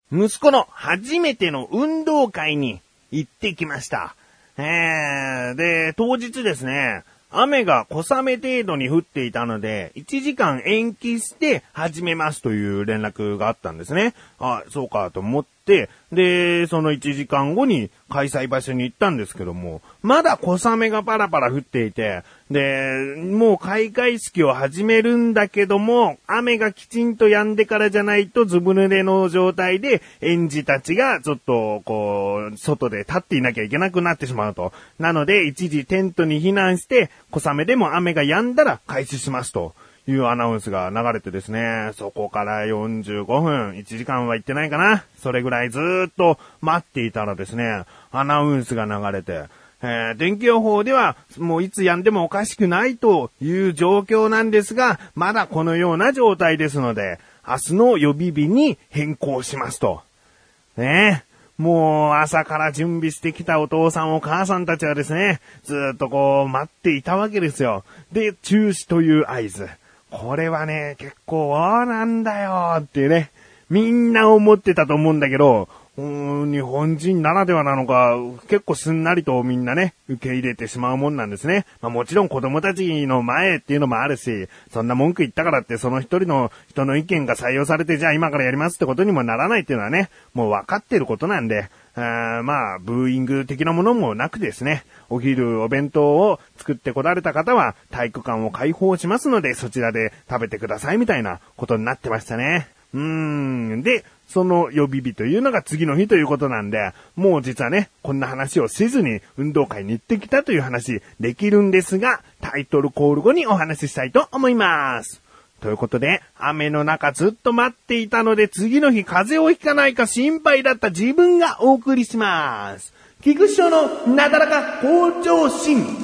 息子の初めての運動会に行ってきました。で、当日ですね、雨が小雨程度に降っていたので、1時間延期して始めますという連絡があったんですね。あ、そうかと思って、で、その1時間後に開催場所に行ったんですけども、まだ小雨がパラパラ降っていて、で、もう開会式を始めるんだけども、雨がきちんと止んでからじゃないとずぶ濡れの状態で園児たちがちょっとこう、外で立っていなきゃいけなくなってしまうと。なので、一時テントに避難して、小雨でも雨が止んだら開始しますというアナウンスが流れてですね、そこから45分、1時間は行ってないかな。それぐらいずーっと待っていたらですね、アナウンスが流れて、天気予報ではもういつ止んでもおかしくないという状況なんですが、まだこのような状態ですので、明日の予備日に変更しますと。ねえ。もう朝から準備してきたお父さんお母さんたちはですね、ずーっとこう待っていたわけですよ。で、中止という合図。これはね、結構なんだよっていうね、みんな思ってたと思うんだけど、日本人ならではなのか、結構すんなりとみんなね、受け入れてしまうもんなんですね。まあもちろん子供たちの前っていうのもあるし、そんな文句言ったからってその一人の人の意見が採用されてじゃあ今からやりますってことにもならないっていうのはね、もう分かってることなんで、まあブーイング的なものもなくですね、お昼お弁当を作ってこられた方は体育館を開放しますのでそちらで食べてくださいみたいなことになってましたね。で、その予備日というのが次の日ということなんで、もう実はね、こんな話をせずに運動会に行ってきたという話できるんですが、タイトルコール後にお話ししたいと思います。ということで、雨の中ずっと待っていたので、次の日風邪をひかないか心配だった自分がお送りします。菊師匠のなだらか向上心。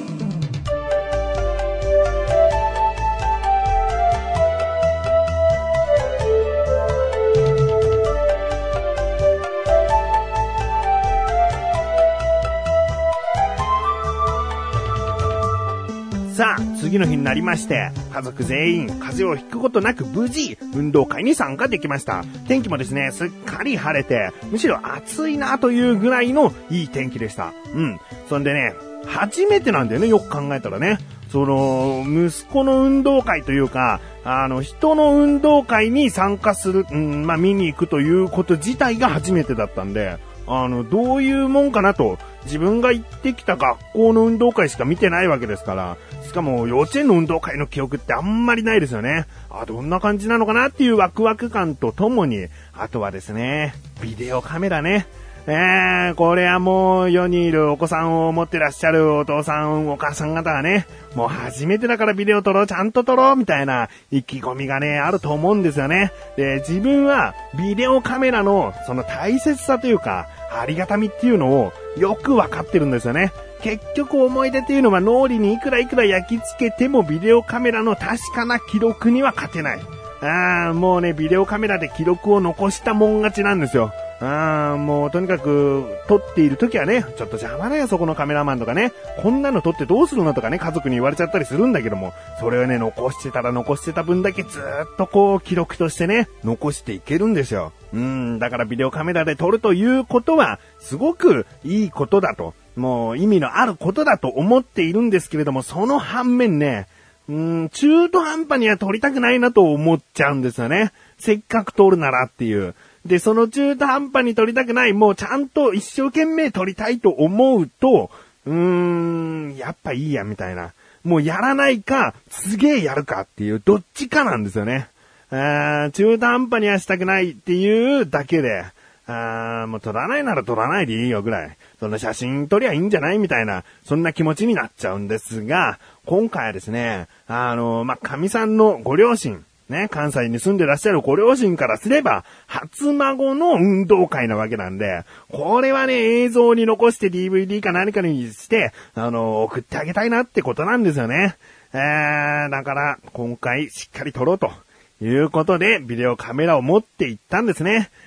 さあ、次の日になりまして、家族全員風邪をひくことなく無事運動会に参加できました。天気もですね、すっかり晴れて、むしろ暑いなというぐらいのいい天気でした。そんでね、初めてなんだよね、よく考えたらね。息子の運動会というか、人の運動会に参加する、見に行くということ自体が初めてだったんで、どういうもんかなと、自分が行ってきた学校の運動会しか見てないわけですから、しかも幼稚園の運動会の記憶ってあんまりないですよね。どんな感じなのかなっていうワクワク感とともに、あとはですね、ビデオカメラね。これはもう世にいるお子さんを持ってらっしゃるお父さんお母さん方はね、もう初めてだからビデオ撮ろう、ちゃんと撮ろうみたいな意気込みがね、あると思うんですよね。で、自分はビデオカメラのその大切さというか、ありがたみっていうのをよくわかってるんですよね。結局思い出っていうのは脳裏にいくら焼き付けてもビデオカメラの確かな記録には勝てない。もうね、ビデオカメラで記録を残したもん勝ちなんですよ。もうとにかく撮っている時はね、ちょっと邪魔だよそこのカメラマンとかね、こんなの撮ってどうするのとかね、家族に言われちゃったりするんだけども、それをね、残してた分だけずーっとこう記録としてね、残していけるんですよ。だからビデオカメラで撮るということはすごくいいことだと、もう意味のあることだと思っているんですけれども、その反面ね、中途半端には撮りたくないなと思っちゃうんですよね。せっかく撮るならっていう。で、その中途半端に撮りたくない、もうちゃんと一生懸命撮りたいと思うと、やっぱいいやみたいな。もうやらないか、すげえやるかっていう、どっちかなんですよね。中途半端にはしたくないっていうだけで、もう撮らないなら撮らないでいいよぐらい。その写真撮りゃいいんじゃないみたいな、そんな気持ちになっちゃうんですが、今回はですね、神さんのご両親、ね、関西に住んでらっしゃるご両親からすれば、初孫の運動会なわけなんで、これはね、映像に残して DVD か何かにして、送ってあげたいなってことなんですよね。だから、今回しっかり撮ろうということで、ビデオカメラを持って行ったんですね。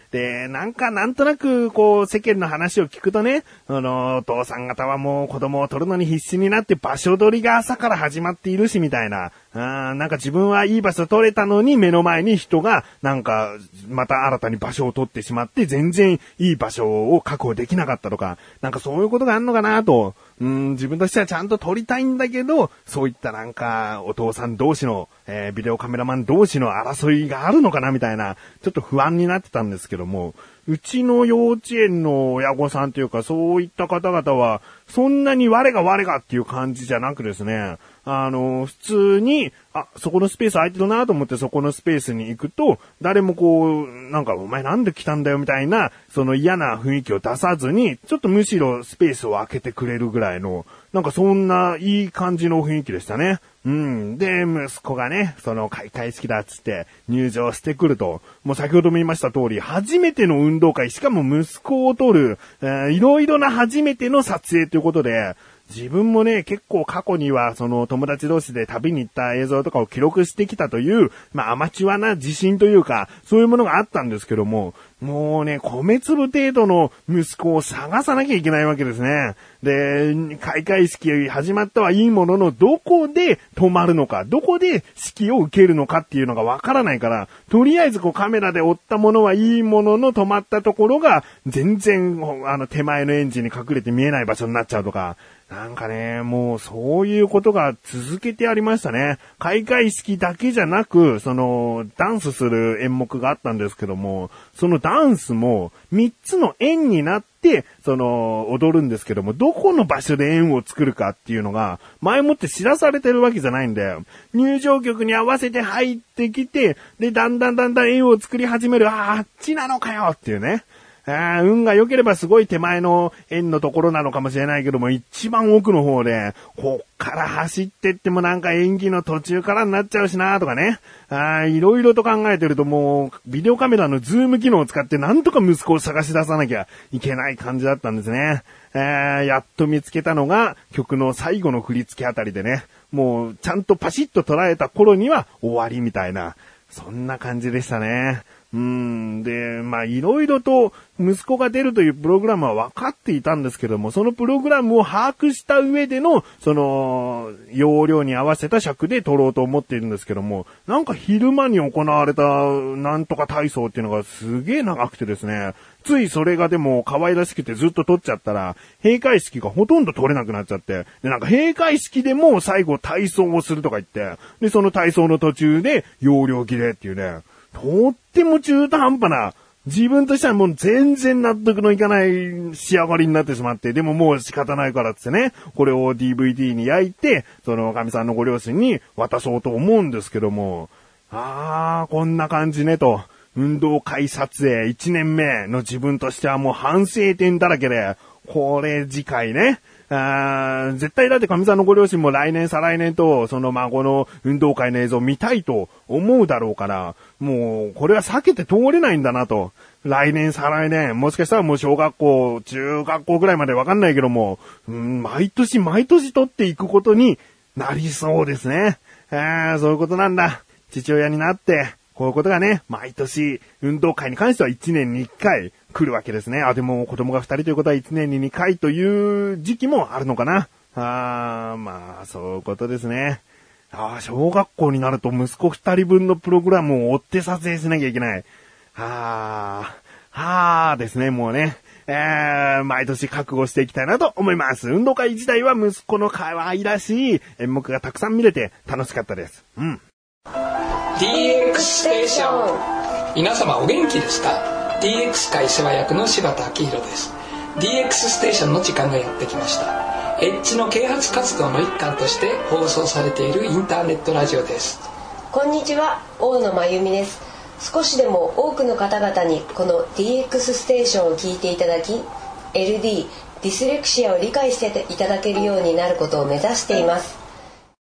で、なんとなく、こう、世間の話を聞くとね、お父さん方はもう子供を取るのに必死になって場所取りが朝から始まっているし、みたいな。なんか自分はいい場所取れたのに目の前に人が、なんか、また新たに場所を取ってしまって、全然いい場所を確保できなかったとか、なんかそういうことがあるのかなと。自分としてはちゃんと撮りたいんだけど、そういったなんか、お父さん同士の、ビデオカメラマン同士の争いがあるのかなみたいな、ちょっと不安になってたんですけども、うちの幼稚園の親御さんというか、そういった方々は、そんなに我がっていう感じじゃなくですね、普通に、そこのスペース空いてるなと思ってそこのスペースに行くと、誰もこう、なんかお前なんで来たんだよみたいな、その嫌な雰囲気を出さずに、ちょっとむしろスペースを空けてくれるぐらいの、なんかそんないい感じの雰囲気でしたね。で、息子がね、その開会式だっつって入場してくると、もう先ほども言いました通り、初めての運動会、しかも息子を撮る、いろいろな初めての撮影ということで、自分もね、結構過去には、その友達同士で旅に行った映像とかを記録してきたという、アマチュアな自信というか、そういうものがあったんですけども、もうね、米粒程度の息子を探さなきゃいけないわけですね。で、開会式始まったはいいものの、どこで止まるのか、どこで式を受けるのかっていうのがわからないから、とりあえずこうカメラで追ったものはいいものの止まったところが、全然、手前のエンジンに隠れて見えない場所になっちゃうとか、なんかね、もうそういうことが続けてありましたね。開会式だけじゃなく、ダンスする演目があったんですけども、そのダンスも3つの円になって、踊るんですけども、どこの場所で円を作るかっていうのが、前もって知らされてるわけじゃないんで、入場曲に合わせて入ってきて、で、だんだん円を作り始める、あっちなのかよっていうね。運が良ければすごい手前の円のところなのかもしれないけども、一番奥の方で、こっから走ってってもなんか演技の途中からになっちゃうしなとかね。いろいろと考えてるともう、ビデオカメラのズーム機能を使ってなんとか息子を探し出さなきゃいけない感じだったんですね。やっと見つけたのが曲の最後の振り付けあたりでね、もうちゃんとパシッと捉えた頃には終わりみたいな、そんな感じでしたね。で、いろいろと息子が出るというプログラムは分かっていたんですけども、そのプログラムを把握した上での、容量に合わせた尺で撮ろうと思っているんですけども、なんか昼間に行われたなんとか体操っていうのがすげえ長くてですね、ついそれがでも可愛らしくてずっと撮っちゃったら、閉会式がほとんど撮れなくなっちゃって、で、なんか閉会式でも最後体操をするとか言って、で、その体操の途中で容量切れっていうね、とっても中途半端な、自分としてはもう全然納得のいかない仕上がりになってしまって、でももう仕方ないからってね、これを DVD に焼いて、おかみさんのご両親に渡そうと思うんですけども、こんな感じねと、運動会撮影1年目の自分としてはもう反省点だらけで、これ次回ね、絶対だって神さんのご両親も来年再来年とその孫の運動会の映像を見たいと思うだろうから、もうこれは避けて通れないんだなと。来年再来年、もしかしたらもう小学校、中学校ぐらいまでわかんないけども、毎年撮っていくことになりそうですね。そういうことなんだ。父親になって、こういうことがね、毎年運動会に関しては1年に1回来るわけですね。でも子供が2人ということは1年に2回という時期もあるのかな。そういうことですね。小学校になると息子2人分のプログラムを追って撮影しなきゃいけない。ですね、もうね。毎年覚悟していきたいなと思います。運動会自体は息子の可愛らしい演目がたくさん見れて楽しかったです。 DX ステーション。皆様お元気ですか？ DX 界世話役の柴田明宏です。 DX ステーションの時間がやってきました。エッジの啓発活動の一環として放送されているインターネットラジオです。 こんにちは、大野真由美です。少しでも多くの方々にこの DX ステーションを聞いていただき、 LD ディスレクシアを理解していただけるようになることを目指しています。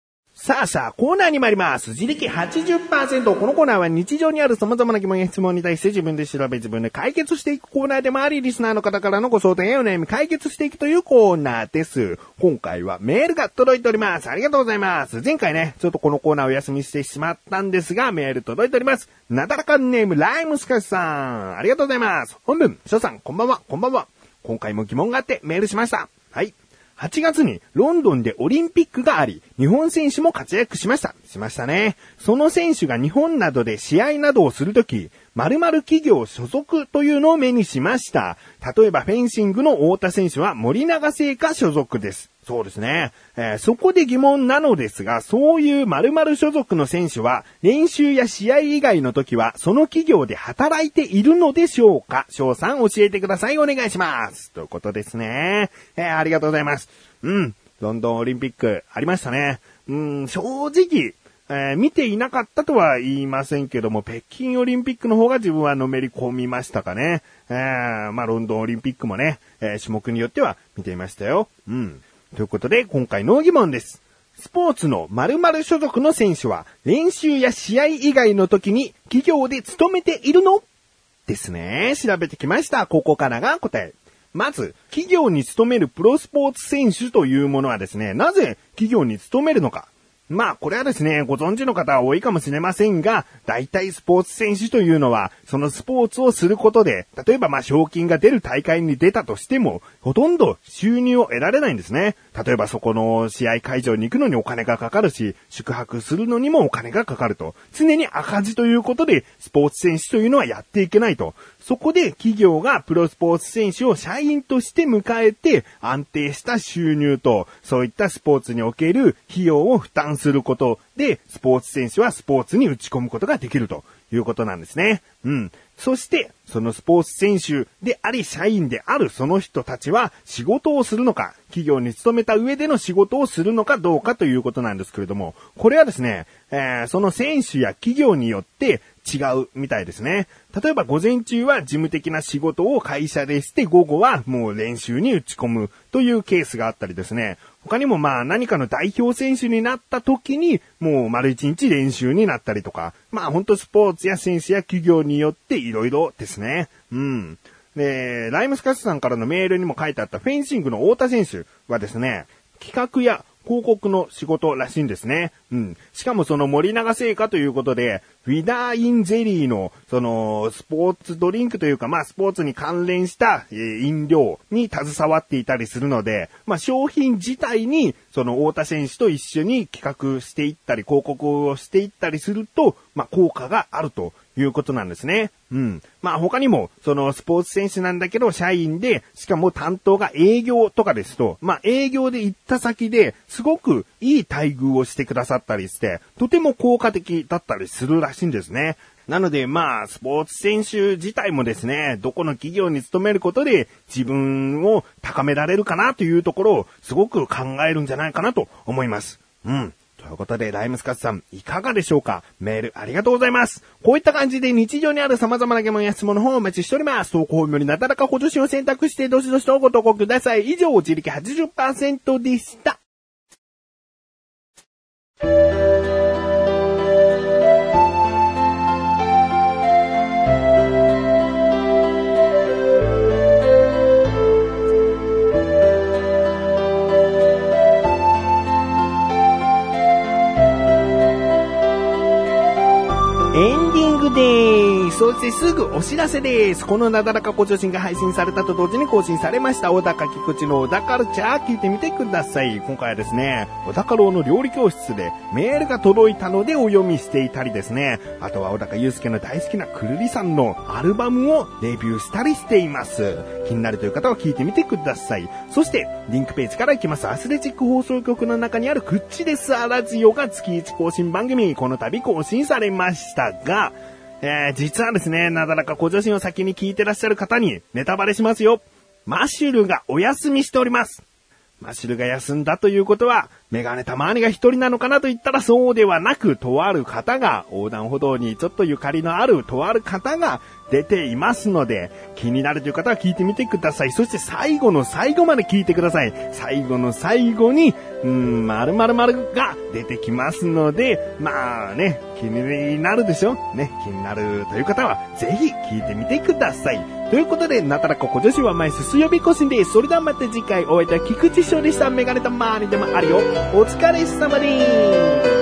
さあ、コーナーに参ります。自力 80%。このコーナーは日常にある様々な疑問や質問に対して自分で調べ自分で解決していくコーナーでもあり、リスナーの方からのご相談やお悩み解決していくというコーナーです。今回はメールが届いております。ありがとうございます。前回ね、ちょっとこのコーナーお休みしてしまったんですが、メール届いております。なだらかネームライムスカシさん。ありがとうございます。本文、翔さん、こんばんは。今回も疑問があってメールしました。はい。8月にロンドンでオリンピックがあり、日本選手も活躍しました。しましたね。その選手が日本などで試合などをするとき、〇〇企業所属というのを目にしました。例えばフェンシングの太田選手は森永製菓所属です。そうですね。そこで疑問なのですが、そういう〇〇所属の選手は練習や試合以外の時はその企業で働いているのでしょうか？翔さん教えてください。お願いします。ということですね。ありがとうございます。ロンドンオリンピックありましたね。正直、見ていなかったとは言いませんけども、北京オリンピックの方が自分はのめり込みましたかね。ロンドンオリンピックもね、種目によっては見ていましたよ。ということで、今回の疑問です。スポーツの〇〇所属の選手は、練習や試合以外の時に企業で勤めているの？ですね。調べてきました。ここからが答え。まず、企業に勤めるプロスポーツ選手というものはですね、なぜ企業に勤めるのか。これはですね、ご存知の方は多いかもしれませんが、大体スポーツ選手というのは、そのスポーツをすることで、例えば賞金が出る大会に出たとしても、ほとんど収入を得られないんですね。例えばそこの試合会場に行くのにお金がかかるし、宿泊するのにもお金がかかると。常に赤字ということで、スポーツ選手というのはやっていけないと。そこで企業がプロスポーツ選手を社員として迎えて安定した収入とそういったスポーツにおける費用を負担することでスポーツ選手はスポーツに打ち込むことができるということなんですね。そしてそのスポーツ選手であり社員であるその人たちは仕事をするのか企業に勤めた上での仕事をするのかどうかということなんですけれども、これはですね、その選手や企業によって違うみたいですね。例えば午前中は事務的な仕事を会社でして午後はもう練習に打ち込むというケースがあったりですね。他にも何かの代表選手になった時にもう丸一日練習になったりとか、本当スポーツや選手や企業によっていろいろですね。で、ライムスカッシュさんからのメールにも書いてあったフェンシングの太田選手はですね、企画や広告の仕事らしいんですね。しかもその森永製菓ということで、ウィダーインゼリーの、その、スポーツドリンクというか、スポーツに関連した、飲料に携わっていたりするので、商品自体に、その、太田選手と一緒に企画していったり、広告をしていったりすると、効果があるということなんですね。他にも、その、スポーツ選手なんだけど、社員で、しかも担当が営業とかですと、営業で行った先で、すごくいい待遇をしてくださったりして、とても効果的だったりするらしいんですね。なので、スポーツ選手自体もですね、どこの企業に勤めることで自分を高められるかなというところをすごく考えるんじゃないかなと思います。ということで、ライムスカッツさん、いかがでしょうか？メールありがとうございます。こういった感じで日常にある様々な疑問や質問の方をお待ちしております。投稿よりなだらか補助心を選択して、どしどしとご投稿ください。以上、自力 80% でした。そしてすぐお知らせです。このなだらかご助身が配信されたと同時に更新されました小高菊池の小高カルチャー聞いてみてください。今回はですね、小高郎の料理教室でメールが届いたのでお読みしていたりですね、あとは小高祐介の大好きなくるりさんのアルバムをレビューしたりしています。気になるという方は聞いてみてください。そしてリンクページから行きますアスレチック放送局の中にあるクッチレスアラジオが月1更新番組、この度更新されましたが、実はですね、なだらかご助身を先に聞いてらっしゃる方にネタバレしますよ。マシュルがお休みしております。 マシルが休んだということは、メガネたまーにが一人なのかなと言ったらそうではなく、とある方が、横断歩道にちょっとゆかりのあるとある方が出ていますので、気になるという方は聞いてみてください。そして最後の最後まで聞いてください。最後の最後に、〇〇〇が出てきますので、まあね、気になるでしょね、気になるという方は、ぜひ聞いてみてください。ということで、なたらここ女子は毎週水曜日更新です。それではまた次回お会いいたい菊池翔でした。メガネたまーにでもあるよ。お疲れ様です。